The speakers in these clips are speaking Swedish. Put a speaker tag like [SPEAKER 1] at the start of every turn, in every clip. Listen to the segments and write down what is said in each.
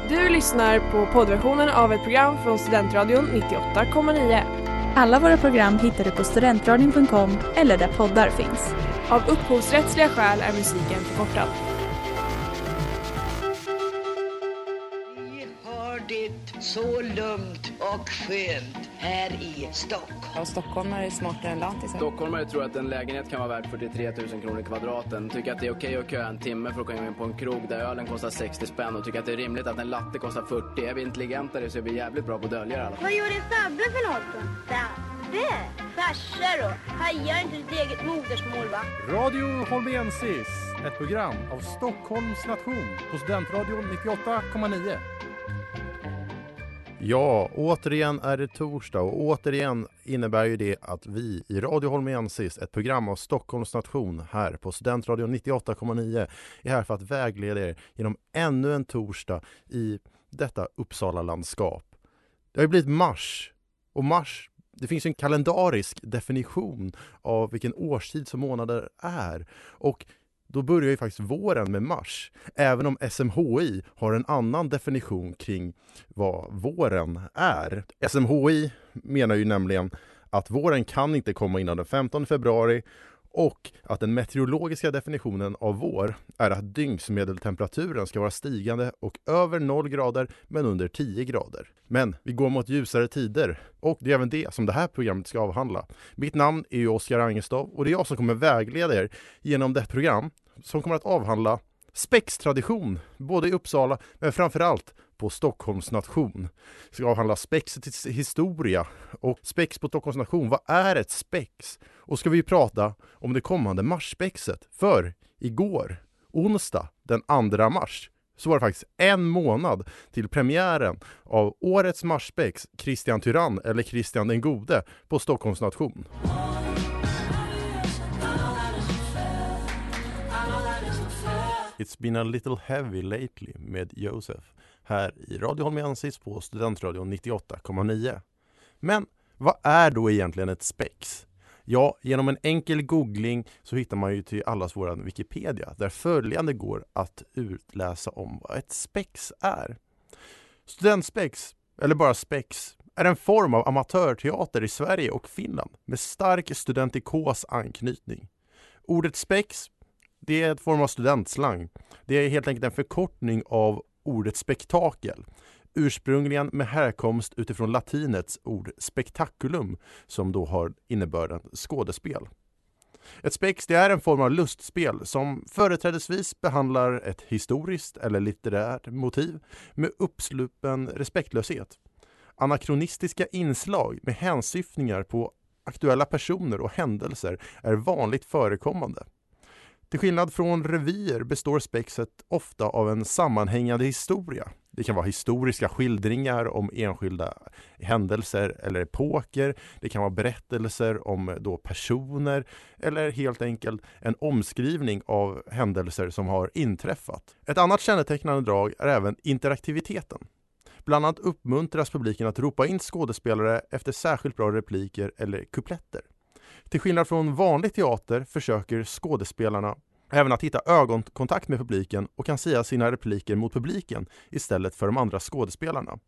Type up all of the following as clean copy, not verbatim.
[SPEAKER 1] Du lyssnar på poddversionen av ett program från Studentradion 98,9.
[SPEAKER 2] Alla våra program hittar du på studentradion.com eller där poddar finns.
[SPEAKER 1] Av upphovsrättsliga skäl är musiken förkortad.
[SPEAKER 3] Vi har det så lugnt och skönt här i Stockholm.
[SPEAKER 4] Ja, Stockholm är smartare än lantis.
[SPEAKER 5] Stockholmare tror att en lägenhet kan vara värd 43 000 kronor kvadraten. Tycker att det är okej att köa en timme för att komma in på en krog där ölen kostar 60 spänn. Och tycker att det är rimligt att en latte kostar 40. Är vi intelligentare så är vi jävligt bra på att dölja det alla.
[SPEAKER 6] Vad gör din Fabbe för något då? Fabbe? Farsa då? Hajar inte ditt eget modersmål va?
[SPEAKER 7] Radio Holmensis, ett program av Stockholms nation på Studentradion 98,9. Ja, återigen är det torsdag och återigen innebär ju det att vi i Radio Holmensis, ett program av Stockholms nation här på Studentradion 98,9 är här för att vägleda er genom ännu en torsdag i detta Uppsala-landskap. Det har ju blivit mars och mars, det finns en kalendarisk definition av vilken årstid som månader är och då börjar ju faktiskt våren med mars, även om SMHI har en annan definition kring vad våren är. SMHI menar ju nämligen att våren kan inte komma innan den 15 februari och att den meteorologiska definitionen av vår är att dygnsmedeltemperaturen ska vara stigande och över 0 grader men under 10 grader. Men vi går mot ljusare tider och det är även det som det här programmet ska avhandla. Mitt namn är ju Oskar Angestav och det är jag som kommer vägleda er genom det program som kommer att avhandla spextradition både i Uppsala men framförallt på Stockholms nation. Vi ska avhandla spexets historia och spex på Stockholms nation. Vad är ett spex? Och ska vi prata om det kommande marsspexet. För igår, onsdag den 2 mars, så var det faktiskt en månad till premiären av årets marsspex Kristian Tyrann eller Kristian den Gode på Stockholms nation. It's been a little heavy lately med Joseph här i Radio Holmensis på Studentradion 98,9. Men vad är då egentligen ett spex? Ja, genom en enkel googling så hittar man ju till allas våran Wikipedia där följande går att utläsa om vad ett spex är. Studentspex, eller bara spex, är en form av amatörteater i Sverige och Finland med stark studentikos anknytning. Ordet spex, det är ett form av studentslang. Det är helt enkelt en förkortning av ordet spektakel. Ursprungligen med härkomst utifrån latinets ord spektaculum som då har innebörden skådespel. Ett spex det är en form av lustspel som företrädesvis behandlar ett historiskt eller litterärt motiv med uppsluppen respektlöshet. Anakronistiska inslag med hänsyftningar på aktuella personer och händelser är vanligt förekommande. Till skillnad från revyer består spexet ofta av en sammanhängande historia. Det kan vara historiska skildringar om enskilda händelser eller epoker. Det kan vara berättelser om då personer eller helt enkelt en omskrivning av händelser som har inträffat. Ett annat kännetecknande drag är även interaktiviteten. Bland annat uppmuntras publiken att ropa in skådespelare efter särskilt bra repliker eller kupletter. Till skillnad från vanlig teater försöker skådespelarna även att hitta ögonkontakt med publiken och kan säga sina repliker mot publiken istället för de andra skådespelarna.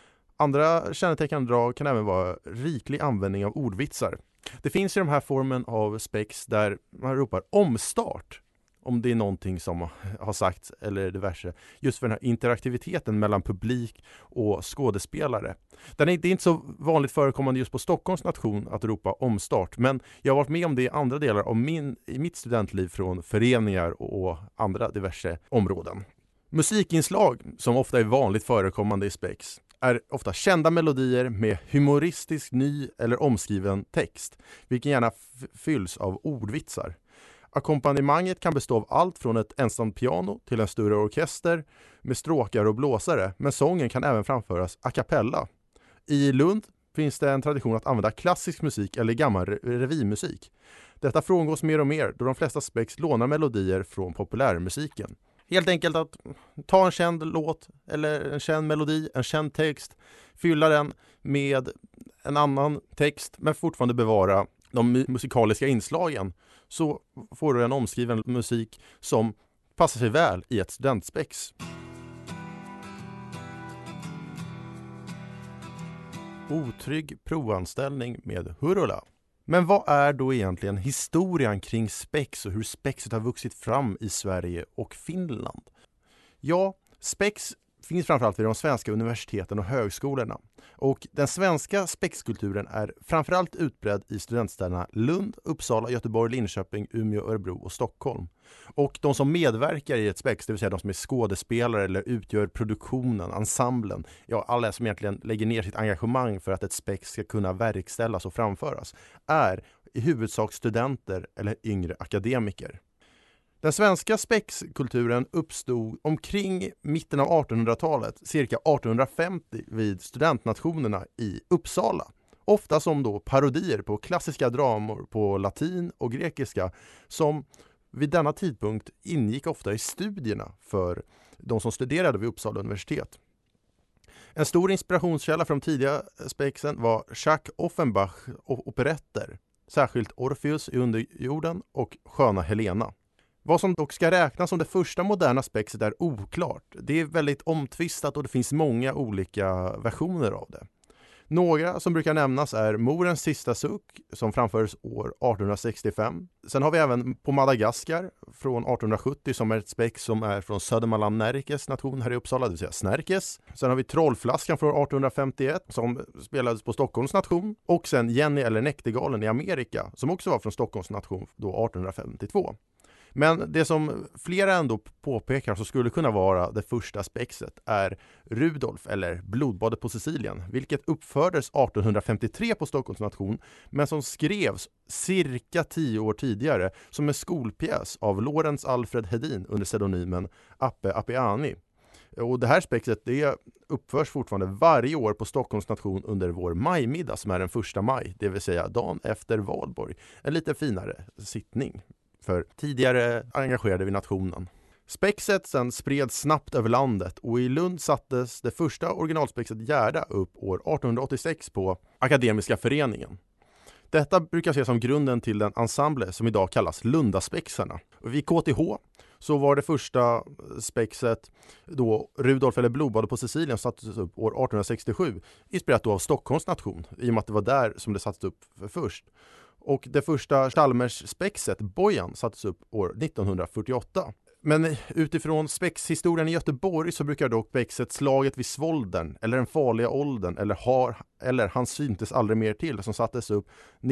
[SPEAKER 7] Andra kännetecknande drag kan även vara riklig användning av ordvitsar. Det finns ju de här formen av spex där man ropar omstart om det är någonting som har sagts eller diverse. Just för den här interaktiviteten mellan publik och skådespelare. Det är inte så vanligt förekommande just på Stockholms nation att ropa omstart. Men jag har varit med om det i andra delar av mitt studentliv från föreningar och andra diverse områden. Musikinslag som ofta är vanligt förekommande i spex är ofta kända melodier med humoristisk ny eller omskriven text. Vilken gärna fylls av ordvitsar. Ackompanjemanget kan bestå av allt från ett ensamt piano till en större orkester med stråkar och blåsare, men sången kan även framföras a cappella. I Lund finns det en tradition att använda klassisk musik eller gammal revymusik. Detta frångås mer och mer då de flesta spex lånar melodier från populärmusiken. Helt enkelt att ta en känd låt eller en känd melodi, en känd text, fylla den med en annan text men fortfarande bevara de musikaliska inslagen, så får du en omskriven musik som passar sig väl i ett studentspex. Otrygg provanställning med Hurula. Men vad är då egentligen historien kring Spex och hur Spexet har vuxit fram i Sverige och Finland? Ja, Spex finns framförallt vid de svenska universiteten och högskolorna. Och den svenska spexkulturen är framförallt utbredd i studentstäderna Lund, Uppsala, Göteborg, Linköping, Umeå, Örebro och Stockholm. Och de som medverkar i ett spex, det vill säga de som är skådespelare eller utgör produktionen, ensemblen, ja alla som egentligen lägger ner sitt engagemang för att ett spex ska kunna verkställas och framföras, är i huvudsak studenter eller yngre akademiker. Den svenska spexkulturen uppstod omkring mitten av 1800-talet, cirka 1850 vid studentnationerna i Uppsala. Ofta som då parodier på klassiska dramor på latin och grekiska som vid denna tidpunkt ingick ofta i studierna för de som studerade vid Uppsala universitet. En stor inspirationskälla från tidiga spexen var Jacques Offenbach och operetter, särskilt Orpheus i underjorden och Sköna Helena. Vad som dock ska räknas som det första moderna spexet är oklart. Det är väldigt omtvistat och det finns många olika versioner av det. Några som brukar nämnas är Morens sista suck som framfördes år 1865. Sen har vi även på Madagaskar från 1870 som är ett spex som är från Södermanland Närkes nation här i Uppsala, det vill säga Snärkes. Sen har vi Trollflaskan från 1851 som spelades på Stockholms nation. Och sen Jenny eller Näktergalen i Amerika som också var från Stockholms nation då 1852. Men det som flera ändå påpekar som skulle kunna vara det första spexet är Rudolf eller Blodbadet på Sicilien, vilket uppfördes 1853 på Stockholms nation men som skrevs cirka 10 år tidigare som en skolpjäs av Lorentz Alfred Hedin under pseudonymen Appe Appiani. Och det här spexet det uppförs fortfarande varje år på Stockholms nation under vår majmiddag som är den 1 maj, det vill säga dagen efter valborg. En lite finare sittning för tidigare engagerade vid nationen. Spexet sen spreds snabbt över landet och i Lund sattes det första originalspexet Gerda upp år 1886 på Akademiska föreningen. Detta brukar ses som grunden till den ensemble som idag kallas Lundaspexarna. Vid KTH så var det första spexet då Rudolf eller Blodbadet på Sicilien sattes upp år 1867, inspirerat då av Stockholms nation i och med att det var där som det sattes upp för först. Och det första Chalmers-spexet, Bojan, sattes upp år 1948. Men utifrån spexhistorien i Göteborg så brukar dock spexet Slaget vid Svoldern eller Den farliga åldern eller Han syntes aldrig mer till som sattes upp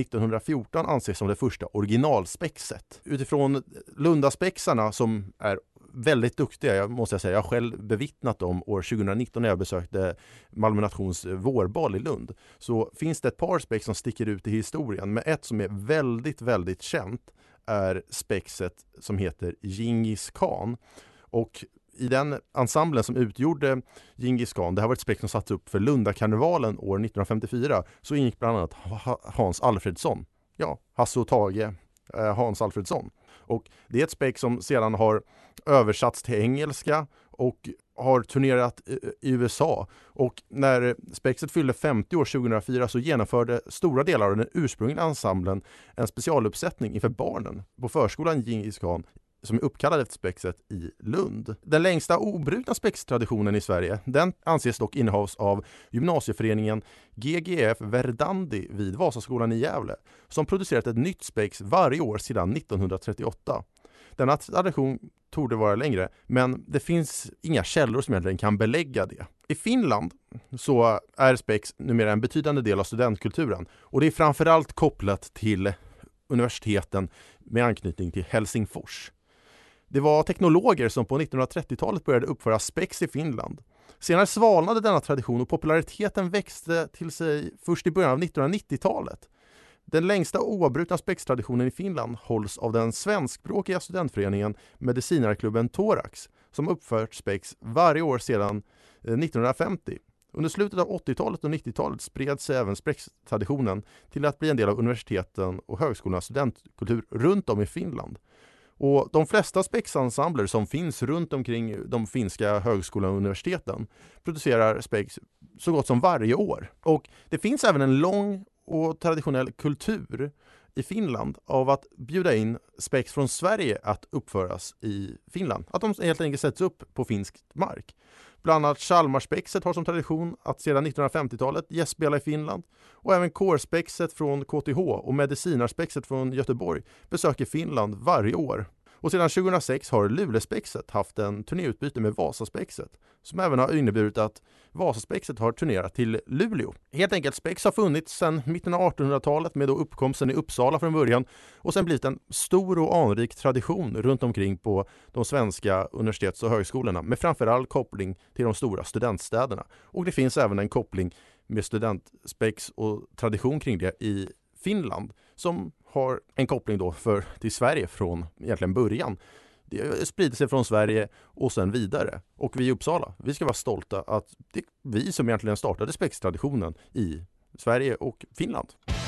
[SPEAKER 7] 1914 anses som det första originalspexet. Utifrån Lundaspexarna som är väldigt duktiga, jag måste säga. Jag har själv bevittnat dem år 2019 när jag besökte Malmö nations vårbal i Lund. Så finns det ett par spex som sticker ut i historien, men ett som är väldigt, väldigt känt är spexet som heter Djingis Khan. Och i den ensemblen som utgjorde Djingis Khan, det här var ett spex som satt upp för Lundakarnevalen år 1954, så ingick bland annat Hans Alfredsson. Ja, Hasse och Tage, Hans Alfredsson. Och det är ett spex som sedan har översatts till engelska och har turnerat i USA. Och när spexet fyllde 50 år 2004 så genomförde stora delar av den ursprungliga ensemblen en specialuppsättning inför barnen på förskolan Djingis Khan som är uppkallad efter spexet i Lund. Den längsta obrutna spextraditionen i Sverige, den anses dock innehas av gymnasieföreningen GGF Verdandi vid Vasaskolan i Gävle, som producerat ett nytt spex varje år sedan 1938. Denna tradition torde vara längre, men det finns inga källor som egentligen kan belägga det. I Finland så är spex numera en betydande del av studentkulturen, och det är framförallt kopplat till universiteten med anknytning till Helsingfors. Det var teknologer som på 1930-talet började uppföra spex i Finland. Senare svalnade denna tradition och populariteten växte till sig först i början av 1990-talet. Den längsta oavbrutna spextraditionen i Finland hålls av den svenskspråkiga studentföreningen Medicinarklubben Thorax, som uppfört spex varje år sedan 1950. Under slutet av 80-talet och 90-talet spred sig även spextraditionen till att bli en del av universiteten och högskolornas studentkultur runt om i Finland. Och de flesta spexensembler som finns runt omkring de finska högskolorna och universiteten producerar spex så gott som varje år. Och det finns även en lång och traditionell kultur i Finland av att bjuda in spex från Sverige att uppföras i Finland. Att de helt enkelt sätts upp på finsk mark. Bland annat Chalmarspexet har som tradition att sedan 1950-talet gästspela i Finland. Och även kårspexet från KTH och medicinarspexet från Göteborg besöker Finland varje år. Och sedan 2006 har Lulespexet haft en turnéutbyte med Vasaspexet, som även har inneburit att Vasaspexet har turnerat till Luleå. Helt enkelt, spex har funnits sedan mitten av 1800-talet med då uppkomsten i Uppsala från början och sen blivit en stor och anrik tradition runt omkring på de svenska universitets- och högskolorna med framförallt koppling till de stora studentstäderna. Och det finns även en koppling med studentspex och tradition kring det i Finland som har en koppling då till Sverige från egentligen början. Det sprider sig från Sverige och sen vidare. Och vi i Uppsala, vi ska vara stolta att det är vi som egentligen startade spextraditionen i Sverige och Finland.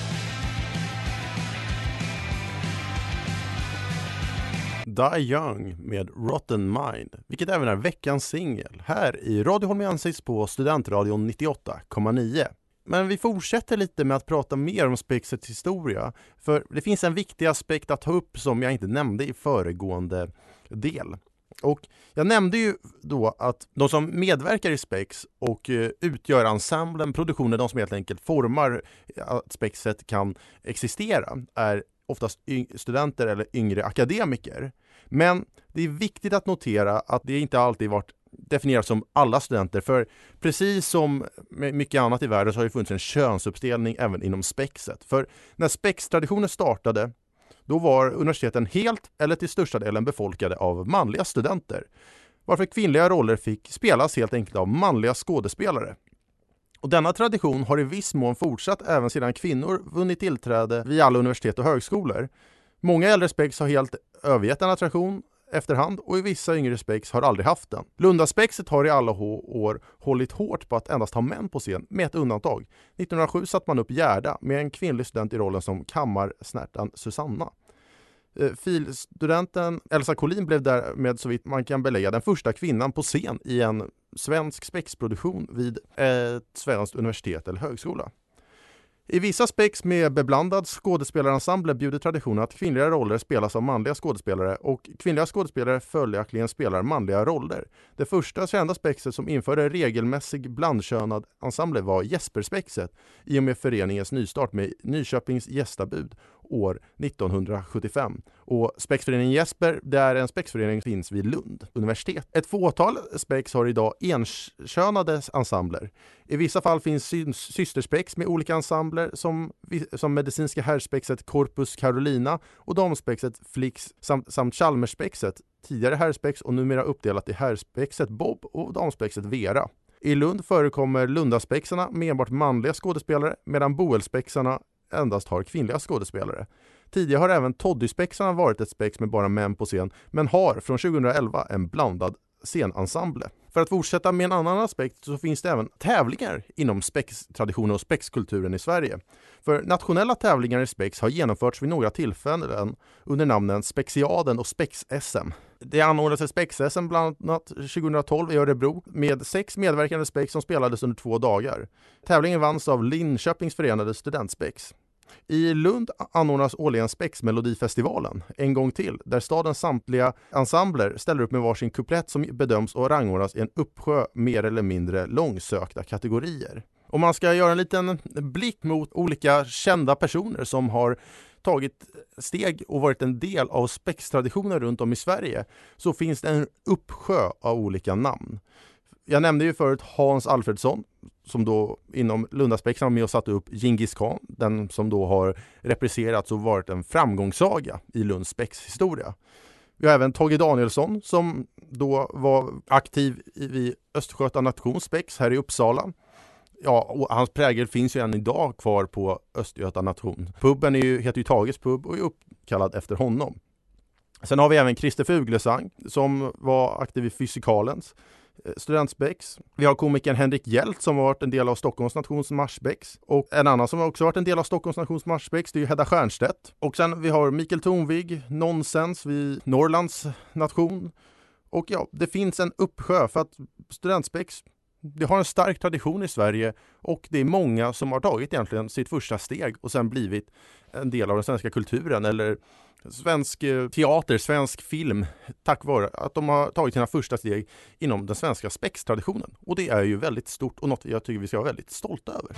[SPEAKER 7] Die Young med Rotten Mind, vilket även är veckans singel här i Radio Holmiensis på Studentradion 98,9. Men vi fortsätter lite med att prata mer om spexets historia, för det finns en viktig aspekt att ta upp som jag inte nämnde i föregående del. Och jag nämnde ju då att de som medverkar i spex och utgör ensemblen, produktionen, de som helt enkelt formar att spexet kan existera, är oftast studenter eller yngre akademiker. Men det är viktigt att notera att det inte alltid varit definieras som alla studenter, för precis som med mycket annat i världen så har det funnits en könsuppdelning även inom spexet. För när spextraditionen startade, då var universiteten helt eller till största delen befolkade av manliga studenter, varför kvinnliga roller fick spelas helt enkelt av manliga skådespelare. Och denna tradition har i viss mån fortsatt även sedan kvinnor vunnit tillträde vid alla universitet och högskolor. Många äldre spex har helt övergett denna tradition efterhand och i vissa yngre spex har aldrig haft den. Lundaspexet har i alla år hållit hårt på att endast ha män på scen med ett undantag. 1907 satt man upp Gerda med en kvinnlig student i rollen som kammarsnärtan Susanna. Filstudenten Elsa Collin blev därmed, så vitt man kan belägga, den första kvinnan på scen i en svensk spexproduktion vid ett svenskt universitet eller högskola. I vissa spex med beblandad skådespelarensemble bjuder traditionen att kvinnliga roller spelas av manliga skådespelare och kvinnliga skådespelare följaktligen spelar manliga roller. Det första kända spexet som införde regelmässig blandkönad ensemble var Jesperspexet i och med föreningens nystart med Nyköpings gästabud år 1975. Och spexföreningen Jesper, det är en spexförening som finns vid Lund universitet. Ett fåtal spex har idag enkönade ensembler. I vissa fall finns systerspex med olika ensembler som medicinska herrspexet Corpus Carolina och damspexet Flix samt Chalmerspexet, tidigare herrspex och numera uppdelat i herrspexet Bob och damspexet Vera. I Lund förekommer Lundaspexarna med enbart manliga skådespelare medan Boelspexarna endast har kvinnliga skådespelare. Tidigare har även Toddyspexarna varit ett spex med bara män på scen, men har från 2011 en blandad scenensemble. För att fortsätta med en annan aspekt så finns det även tävlingar inom spextraditionen och spexkulturen i Sverige. För nationella tävlingar i spex har genomförts vid några tillfällen under namnen Spexiaden och Spex-SM. Det anordnades ett Spex-SM bland annat 2012 i Örebro med 6 medverkande spex som spelades under 2 dagar. Tävlingen vanns av Linköpings förenade studentspex. I Lund anordnas årligen Spexmelodifestivalen en gång till, där stadens samtliga ensembler ställer upp med varsin kuplett som bedöms och rangordnas i en uppsjö mer eller mindre långsökta kategorier. Om man ska göra en liten blick mot olika kända personer som har tagit steg och varit en del av spextraditioner runt om i Sverige, så finns det en uppsjö av olika namn. Jag nämnde ju förut Hans Alfredsson som då inom Lundaspexarna var med och satte upp Genghis Khan, den som då har represserats och varit en framgångssaga i Lunds spexhistoria. Vi har även Tage Danielsson som då var aktiv vid Östgöta Nations spex här i Uppsala. Ja, och hans prägel finns ju än idag kvar på Östgöta Nation. Puben heter ju Tages pub och är uppkallad efter honom. Sen har vi även Christer Fuglesang som var aktiv i Fysikalens studentspex. Vi har komikern Henrik Hjelt som har varit en del av Stockholms nations marsspex. Och en annan som också varit en del av Stockholms nations marsspex, det är ju Hedda Stiernstedt. Och sen vi har Mikael Tornvig, Nonsens vid Norrlands nation. Och ja, det finns en uppsjö för att studentspex, Det har en stark tradition i Sverige och det är många som har tagit egentligen sitt första steg och sen blivit en del av den svenska kulturen eller svensk teater, svensk film tack vare att de har tagit sina första steg inom den svenska spextraditionen. Och det är ju väldigt stort och något jag tycker vi ska vara väldigt stolta över.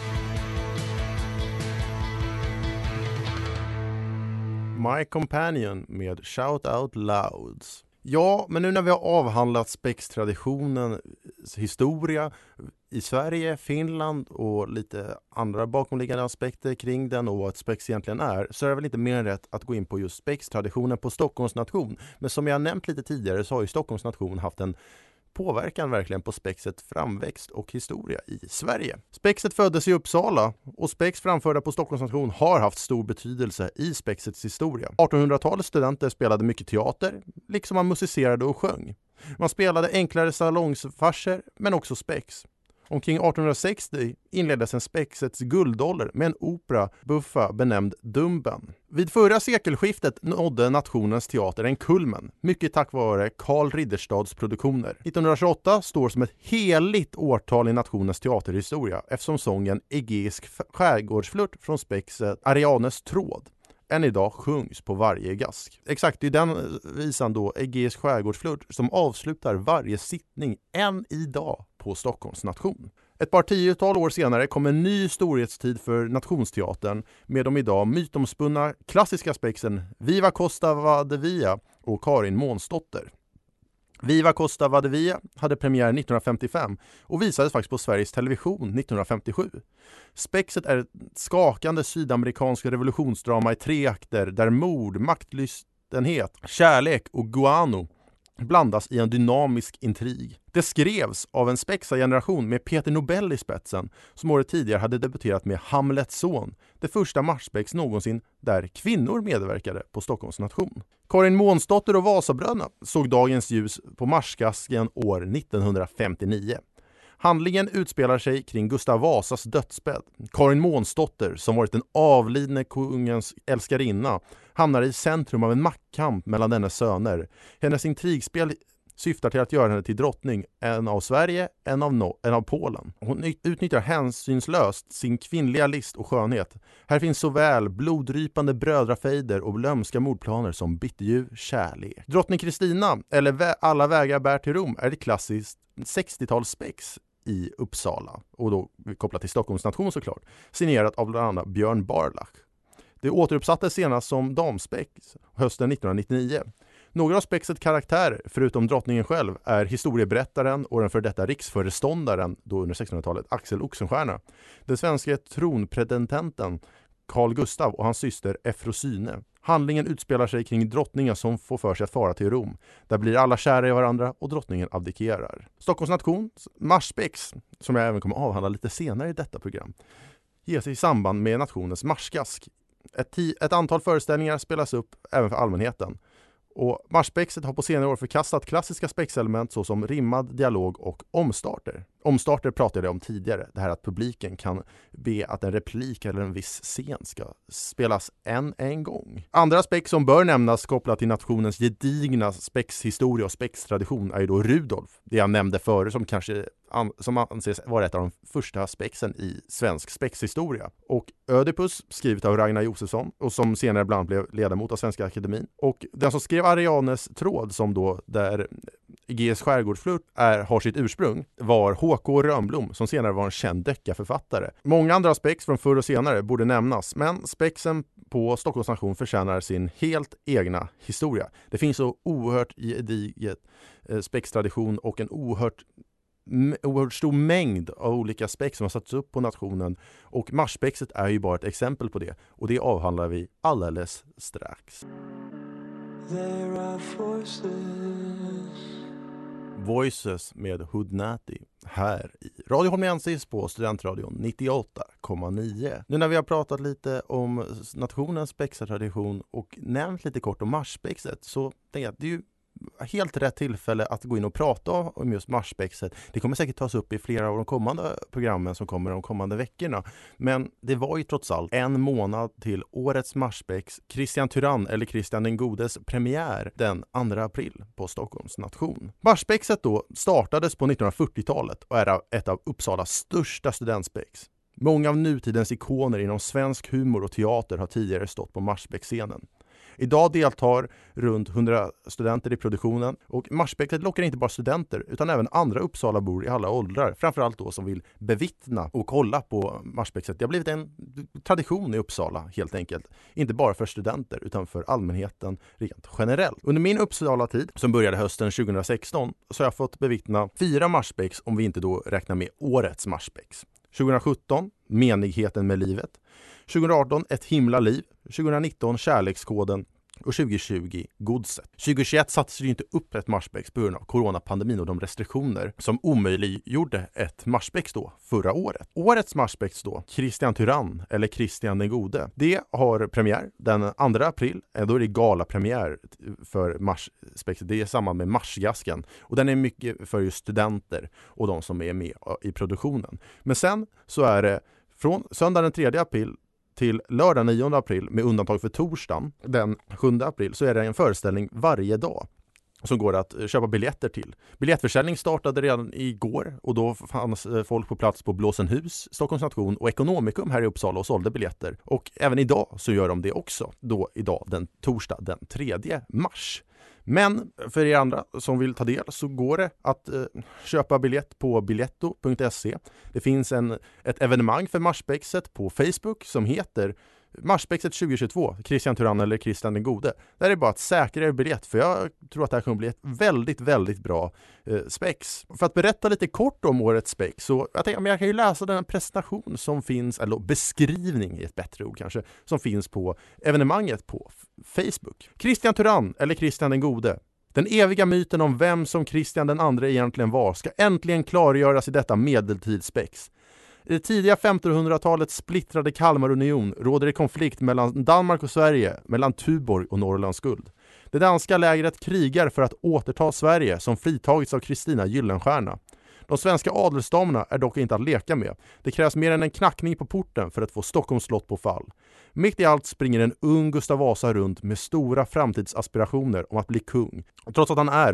[SPEAKER 7] My Companion med Shout Out Louds. Ja, men nu när vi har avhandlat spextraditionens historia i Sverige, Finland och lite andra bakomliggande aspekter kring den och vad spex egentligen är, så är det väl inte mer än rätt att gå in på just spextraditionen på Stockholms nation. Men som jag nämnt lite tidigare så har ju Stockholms nation haft en påverkan verkligen på spexets framväxt och historia i Sverige. Spexet föddes i Uppsala och spex framförda på Stockholms nation har haft stor betydelse i spexets historia. 1800-talets studenter spelade mycket teater, liksom man musicerade och sjöng. Man spelade enklare salongsfarser men också spex. Omkring 1860 inleddes en spexets guldålder med en opera buffa benämnd Dumben. Vid förra sekelskiftet nådde nationens teater en kulmen, mycket tack vare Carl Ridderstads produktioner. 1928 står som ett heligt årtal i nationens teaterhistoria eftersom sången Egeisk skärgårdsflört från spexet Arianes tråd än idag sjungs på varje gask. Exakt, det är den visan då, Egeisk skärgårdsflört, som avslutar varje sittning än idag på Stockholms nation. Ett par tiotal år senare kom en ny storhetstid för nationsteatern med de idag mytomspunna klassiska spexen Viva Costa Vadevia och Karin Månsdotter. Viva Costa Vadevia hade premiär 1955 och visades faktiskt på Sveriges Television 1957. Spexet är ett skakande sydamerikansk revolutionsdrama i 3 akter där mord, maktlystenhet, kärlek och guano blandas i en dynamisk intrig. Det skrevs av en spexargeneration med Peter Nobel i spetsen som året tidigare hade debuterat med Hamlets son, det första marsspex någonsin där kvinnor medverkade på Stockholms nation. Karin Månsdotter och Vasabröderna såg dagens ljus på marsgasken år 1959. Handlingen utspelar sig kring Gustav Vasas dödsbädd. Karin Månsdotter, som varit den avlidne kungens älskarinna, hamnar i centrum av en maktkamp mellan dennes söner. Hennes intrigspel syftar till att göra henne till drottning, en av Sverige, en av Polen. Hon utnyttjar hänsynslöst sin kvinnliga list och skönhet. Här finns såväl bloddrypande brödrafejder och lömska mordplaner som bitterljuv kärlek. Drottning Kristina, eller Alla vägar bär till Rom, är ett klassiskt 60-talsspex i Uppsala. Och då kopplat till Stockholms nation såklart. Signerat av bland annat Björn Barlach. Det återuppsattes senast som damspex hösten 1999. Några av spexets karaktärer, förutom drottningen själv, är historieberättaren och den för detta riksföreståndaren då under 1600-talet Axel Oxenstierna, den svenska tronpretendenten Carl Gustav och hans syster Efrosyne. Handlingen utspelar sig kring drottningen som får för sig att fara till Rom. Där blir alla kära i varandra och drottningen abdikerar. Stockholms nations marsspex, som jag även kommer avhandla lite senare i detta program, ges i samband med nationens marsgask. Ett antal föreställningar spelas upp även för allmänheten. Och marsspexet har på senare år förkastat klassiska spexelement såsom rimmad dialog och omstarter. Omstarter pratade jag om tidigare. Det här att publiken kan be att en replik eller en viss scen ska spelas en gång. Andra spex som bör nämnas kopplat till nationens gedigna spexhistoria och spextradition är ju då Rudolf. Det jag nämnde före som kanske som anses vara ett av de första spexen i svensk spexhistoria. Och Ödipus, skrivet av Ragnar Josefsson och som senare bland blev ledamot av Svenska Akademin. Och den som skrev Arianes tråd, som då där Egeisk skärgårdsflört har sitt ursprung, var H.K. Rönnblom, som senare var en känd deckarförfattare. Många andra spex från förr och senare borde nämnas, men spexen på Stockholms nation förtjänar sin helt egna historia. Det finns så oerhört gediget spextradition och en oerhört stor mängd av olika spex som har satts upp på nationen, och marsspexet är ju bara ett exempel på det, och det avhandlar vi alldeles strax. Voices med Hoodnati här i Radio Holmiensis på Studentradion 98,9. Nu när vi har pratat lite om nationens spexartradition och nämnt lite kort om marsspexet, så tänker jag att det är ju helt rätt tillfälle att gå in och prata om just Marsspexet. Det kommer säkert tas upp i flera av de kommande programmen som kommer de kommande veckorna. Men det var ju trots allt en månad till årets Marsspex, Kristian Tyrann eller Kristian den Godes premiär den 2 april på Stockholms nation. Marsspexet då startades på 1940-talet och är ett av Uppsalas största studentspex. Många av nutidens ikoner inom svensk humor och teater har tidigare stått på Marsspexscenen. Idag deltar runt 100 studenter i produktionen och Marsspexet lockar inte bara studenter utan även andra Uppsalabor i alla åldrar, framförallt då som vill bevittna och kolla på Marsspexet. Det har blivit en tradition i Uppsala helt enkelt, inte bara för studenter utan för allmänheten rent generellt. Under min Uppsala-tid som började hösten 2016 så har jag fått bevittna 4 Marsspex om vi inte då räknar med årets Marsspex. 2017, Menigheten med livet. 2018, Ett himla liv. 2019, Kärlekskoden. Och 2020, Godset. 2021 sattes ju inte upp ett Marsspex på grund av coronapandemin och de restriktioner som omöjliggjorde ett Marsspex då förra året. Årets Marsspex då, Kristian Tyrann eller Kristian den Gode. Det har premiär den 2 april. Då är det galapremiär för Marssspexet. Det är samman med Marsgasken. Och den är mycket för just studenter och de som är med i produktionen. Men sen så är det från söndag den 3 april till lördag 9 april med undantag för torsdagen den 7 april så är det en föreställning varje dag som går att köpa biljetter till. Biljettförsäljning startade redan igår och då fanns folk på plats på Blåsenhus, Stockholms nation och Ekonomikum här i Uppsala och sålde biljetter. Och även idag så gör de det också, då idag den torsdag den 3 mars. Men för er andra som vill ta del så går det att köpa biljett på biletto.se. Det finns ett evenemang för Marsspexet på Facebook som heter Marsspexet 2022, Kristian Tyrann eller Kristian den Gode. Där är det bara att säkra er biljett för jag tror att det här kommer bli ett väldigt, väldigt bra spex. För att berätta lite kort om årets spex så jag tänkte, men jag kan ju läsa den presentation som finns, eller beskrivning i ett bättre ord kanske, som finns på evenemanget på Facebook. Kristian Tyrann eller Kristian den Gode. Den eviga myten om vem som Kristian den andre egentligen var ska äntligen klargöras i detta medeltidsspex. I det tidiga 1500-talets splittrade Kalmarunion råder det konflikt mellan Danmark och Sverige, mellan Tuborg och Norrlands guld. Det danska lägret krigar för att återta Sverige som fritagits av Kristina Gyllenstierna. De svenska adelsdamerna är dock inte att leka med. Det krävs mer än en knackning på porten för att få Stockholms slott på fall. Mitt i allt springer en ung Gustav Vasa runt med stora framtidsaspirationer om att bli kung, trots att han är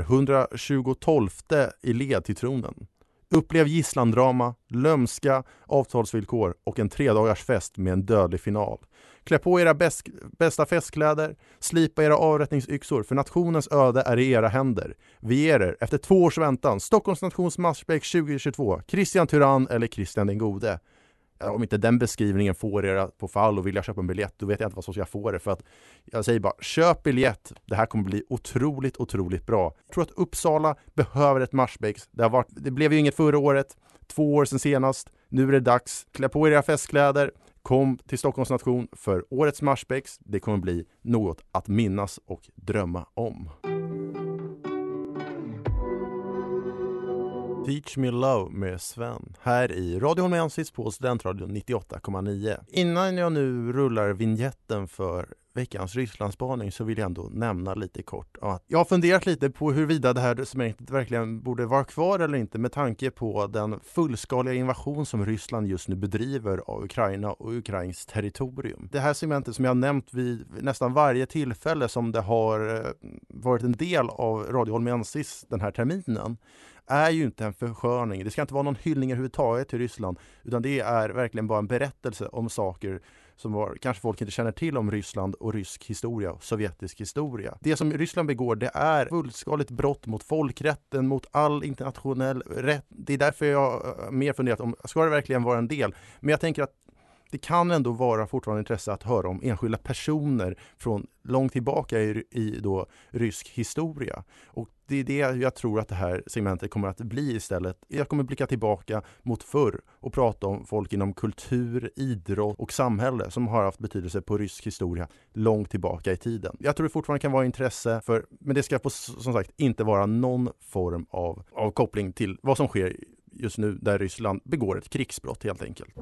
[SPEAKER 7] 112:e i led till tronen. Upplev gisslandrama, lömska avtalsvillkor och en 3-dagars fest med en dödlig final. Klä på era bästa festkläder, slipa era avrättningsyxor för nationens öde är i era händer. Vi ger er efter 2 års väntan Stockholms nations Marsspex 2022, Kristian Tyrann eller Kristian den Gode. Om inte den beskrivningen får er på fall och vill jag köpa en biljett, då vet jag inte vad som ska få det. För att jag säger bara, köp biljett. Det här kommer bli otroligt, otroligt bra. Jag tror att Uppsala behöver ett Marsspex. Det blev ju inget förra året, 2 år sedan senast. Nu är det dags. Klä på era festkläder. Kom till Stockholms nation för årets Marsspex. Det kommer bli något att minnas och drömma om. Teach Me Love med Sven här i Radio Holmensis på Studentradion 98,9. Innan jag nu rullar vignetten för veckans Rysslandsspaning så vill jag ändå nämna lite kort att jag har funderat lite på huruvida det här segmentet verkligen borde vara kvar eller inte med tanke på den fullskaliga invasion som Ryssland just nu bedriver av Ukraina och Ukrains territorium. Det här segmentet som jag har nämnt vid nästan varje tillfälle som det har varit en del av Radio Holmensis den här terminen är ju inte en försköning. Det ska inte vara någon hyllning överhuvudtaget till Ryssland utan det är verkligen bara en berättelse om saker som kanske folk inte känner till om Ryssland och rysk historia och sovjetisk historia. Det som Ryssland begår det är fullskaligt brott mot folkrätten, mot all internationell rätt. Det är därför jag mer funderat om, ska det verkligen vara en del? Men jag tänker att det kan ändå vara fortfarande intresse att höra om enskilda personer från långt tillbaka i då rysk historia. Och det är det jag tror att det här segmentet kommer att bli istället. Jag kommer blicka tillbaka mot förr och prata om folk inom kultur, idrott och samhälle som har haft betydelse på rysk historia långt tillbaka i tiden. Jag tror det fortfarande kan vara intresse men det ska som sagt inte vara någon form av koppling till vad som sker just nu där Ryssland begår ett krigsbrott helt enkelt.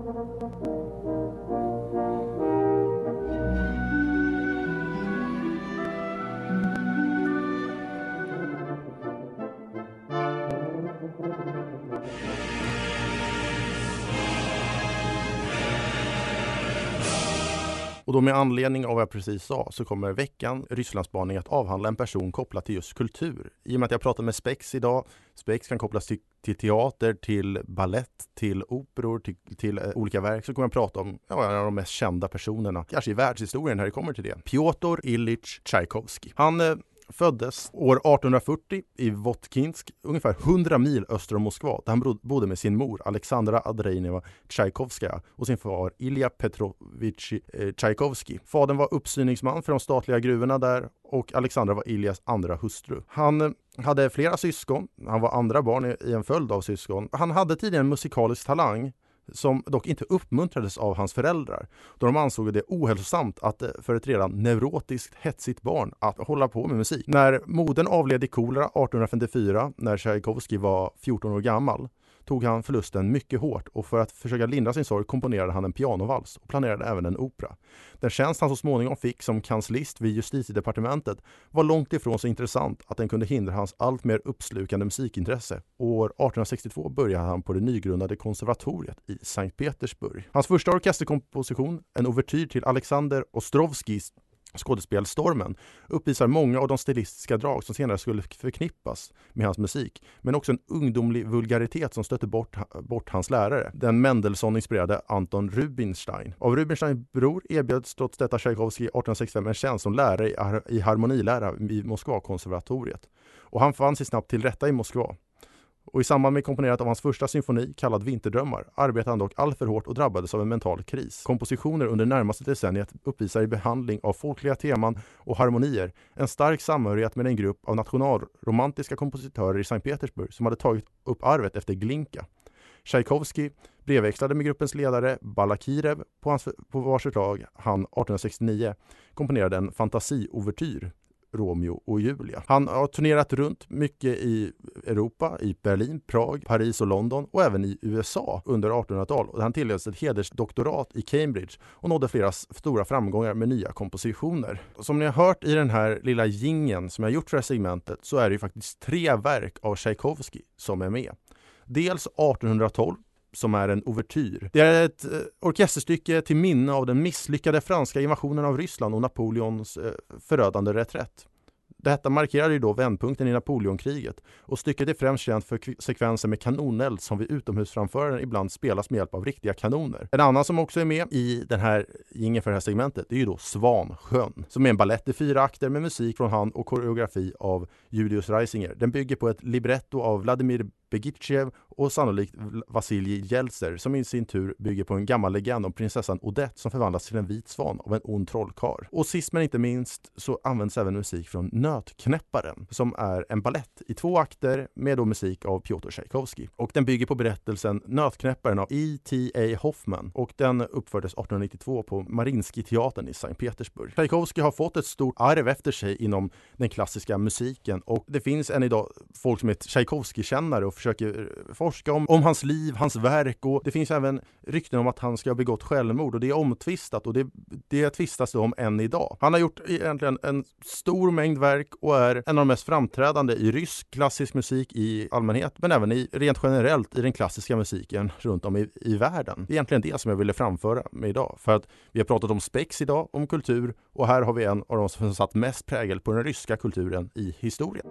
[SPEAKER 7] Och då med anledning av vad jag precis sa så kommer veckan Rysslandsspaning att avhandla en person kopplad till just kultur. I och med att jag pratar med Spex idag, Spex kan kopplas till teater, till ballett, till operor, till olika verk, så kommer jag prata om en av de mest kända personerna, kanske i världshistorien när det kommer till det. Piotr Ilyich Tchaikovsky. Han föddes år 1840 i Votkinsk, ungefär 100 mil öster om Moskva, där han bodde med sin mor Alexandra Andrejeva Tchaikovskaja och sin far Ilja Petrovich Tchaikovsky. Fadern var uppsyningsman för de statliga gruvorna där och Alexandra var Iljas andra hustru. Han hade flera syskon, han var andra barn i en följd av syskon. Han hade tidigare en musikalisk talang som dock inte uppmuntrades av hans föräldrar, då de ansåg det ohälsosamt att för ett redan neurotiskt hetsigt barn att hålla på med musik. När modern avled i kolera 1854, när Tchaikovsky var 14 år gammal, tog han förlusten mycket hårt och för att försöka lindra sin sorg komponerade han en pianovals och planerade även en opera. Den tjänst han så småningom fick som kanslist vid justitiedepartementet var långt ifrån så intressant att den kunde hindra hans allt mer uppslukande musikintresse. År 1862 började han på det nygrundade konservatoriet i Sankt Petersburg. Hans första orkesterkomposition, en ouvertyr till Alexander Ostrovskijs skådespel Stormen, uppvisar många av de stilistiska drag som senare skulle förknippas med hans musik, men också en ungdomlig vulgaritet som stötte bort hans lärare, den Mendelssohn-inspirerade Anton Rubinstein. Av Rubinsteins bror erbjöds trots detta Tchaikovsky 1865 en tjänst som lärare i harmonilära vid Moskva-konservatoriet. Och han fann sig snabbt till rätta i Moskva. Och i samband med komponerat av hans första symfoni, kallad Vinterdrömmar, arbetade han dock alltför hårt och drabbades av en mental kris. Kompositioner under närmaste decenniet uppvisar i behandling av folkliga teman och harmonier en stark samhörighet med en grupp av nationalromantiska kompositörer i Sankt Petersburg som hade tagit upp arvet efter Glinka. Tchaikovsky brevväxlade med gruppens ledare Balakirev på vars förslag han 1869 komponerade en fantasiovertyr, Romeo och Julia. Han har turnerat runt mycket i Europa, i Berlin, Prag, Paris och London och även i USA under 1800-talet. Och han tilldelades ett hedersdoktorat i Cambridge och nådde flera stora framgångar med nya kompositioner. Och som ni har hört i den här lilla jingeln som jag gjort för det här segmentet så är det ju faktiskt 3 verk av Tchaikovsky som är med. Dels 1812 som är en ouvertyr. Det är ett orkesterstycke till minne av den misslyckade franska invasionen av Ryssland och Napoleons förödande reträtt. Detta markerade ju då vändpunkten i Napoleonkriget och stycket är främst känt för sekvenser med kanoneld som vid utomhusframföranden ibland spelas med hjälp av riktiga kanoner. En annan som också är med i den här jingeln för det här segmentet det är ju då Svansjön som är en ballett i 4 akter med musik från han och koreografi av Julius Reisinger. Den bygger på ett libretto av Vladimir Begitchev och sannolikt Vasilij Jeltser som i sin tur bygger på en gammal legend om prinsessan Odette som förvandlas till en vit svan av en ond trollkarl. Och sist men inte minst så används även musik från Nötknäpparen som är en ballett i 2 akter med då musik av Piotr Tchaikovsky. Och den bygger på berättelsen Nötknäpparen av E.T.A. Hoffman och den uppfördes 1892 på Mariinsky-teatern i Sankt Petersburg. Tchaikovsky har fått ett stort arv efter sig inom den klassiska musiken och det finns än idag folk som är Tchaikovsky-kännare och försöker forska om hans liv, hans verk och det finns även rykten om att han ska ha begått självmord och det är omtvistat och det tvistas om än idag. Han har gjort egentligen en stor mängd verk och är en av de mest framträdande i rysk klassisk musik i allmänhet men även rent generellt i den klassiska musiken runt om i världen. Det är egentligen det som jag ville framföra med idag för att vi har pratat om Spex idag, om kultur och här har vi en av de som satt mest prägel på den ryska kulturen i historien.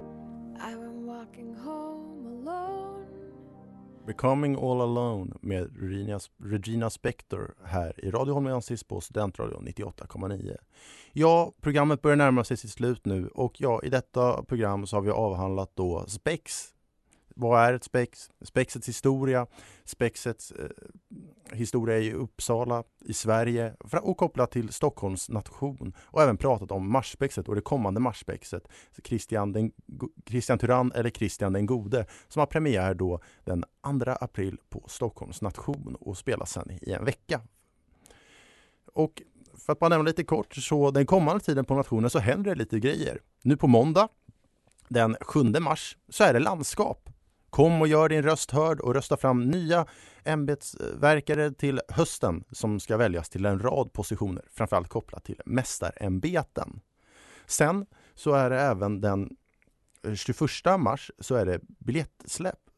[SPEAKER 7] Becoming All Alone med Regina Spektor här i Radio Holmeansis på Studentradion 98,9. Ja, programmet börjar närma sig sitt slut nu och ja, i detta program så har vi avhandlat då Spex. Vad är ett spex? Spexets historia, spexets historia i Uppsala, i Sverige och kopplat till Stockholms nation och även pratat om marsspexet och det kommande marsspexet Christian Tyrann eller Christian den gode som har premiär då den 2 april på Stockholms nation och spelas sen i en vecka. Och för att bara nämna lite kort så den kommande tiden på nationen så händer det lite grejer. Nu på måndag den 7 mars så är det landskap. Kom och gör din röst hörd och rösta fram nya ämbetsverkare till hösten som ska väljas till en rad positioner, framförallt kopplat till mästarämbeten. Sen så är det även den 21 mars så är det biljettsläpp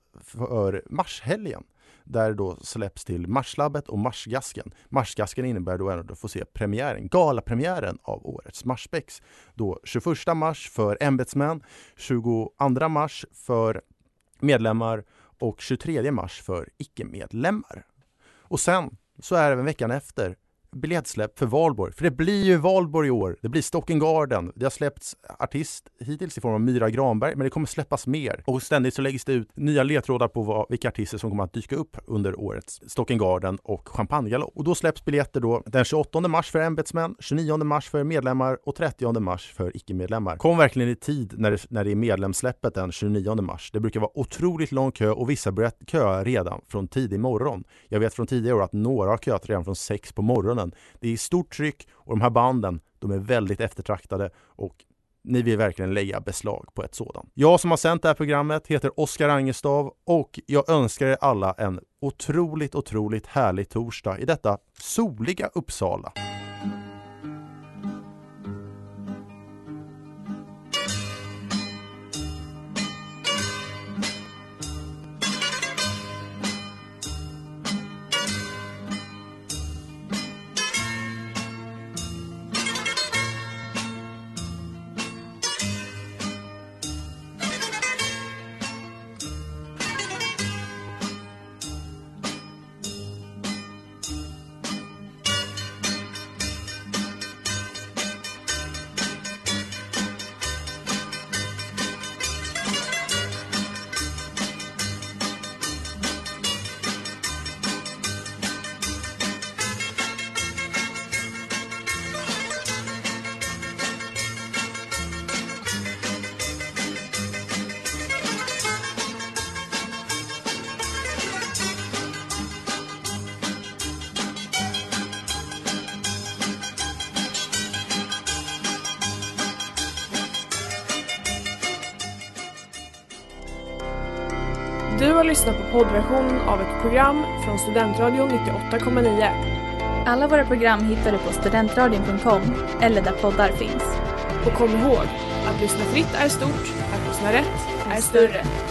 [SPEAKER 7] för marshelgen. Där då släpps till Marslabbet och Marsgasken. Marsgasken innebär då att du får se galapremiären av årets Marsspex. Då 21 mars för ämbetsmän, 22 mars för medlemmar och 23 mars för icke-medlemmar. Och sen så är även veckan efter biljettsläpp för Valborg. För det blir ju Valborg i år. Det blir Stocken Garden. Det har släppts artist hittills i form av Myra Granberg, men det kommer släppas mer. Och ständigt så läggs det ut nya ledtrådar på vilka artister som kommer att dyka upp under årets Stocken Garden och Champagnegalopp. Och då släpps biljetter då den 28 mars för ämbetsmän, 29 mars för medlemmar och 30 mars för icke-medlemmar. Kom verkligen i tid när det är medlemssläppet den 29 mars. Det brukar vara otroligt lång kö och vissa börjar köa redan från tidig morgon. Jag vet från tidigare år att några har köat redan från 6 på morgonen. Det är stort tryck och de här banden, de är väldigt eftertraktade och ni vill verkligen lägga beslag på ett sådant. Jag som har sänt det här programmet heter Oskar Angestav och jag önskar er alla en otroligt härlig torsdag i detta soliga Uppsala.
[SPEAKER 1] Du har lyssnat på poddversionen av ett program från Studentradion 98,9.
[SPEAKER 2] Alla våra program hittar du på studentradion.com eller där poddar finns.
[SPEAKER 1] Och kom ihåg, att lyssna fritt är stort, att lyssna rätt är större.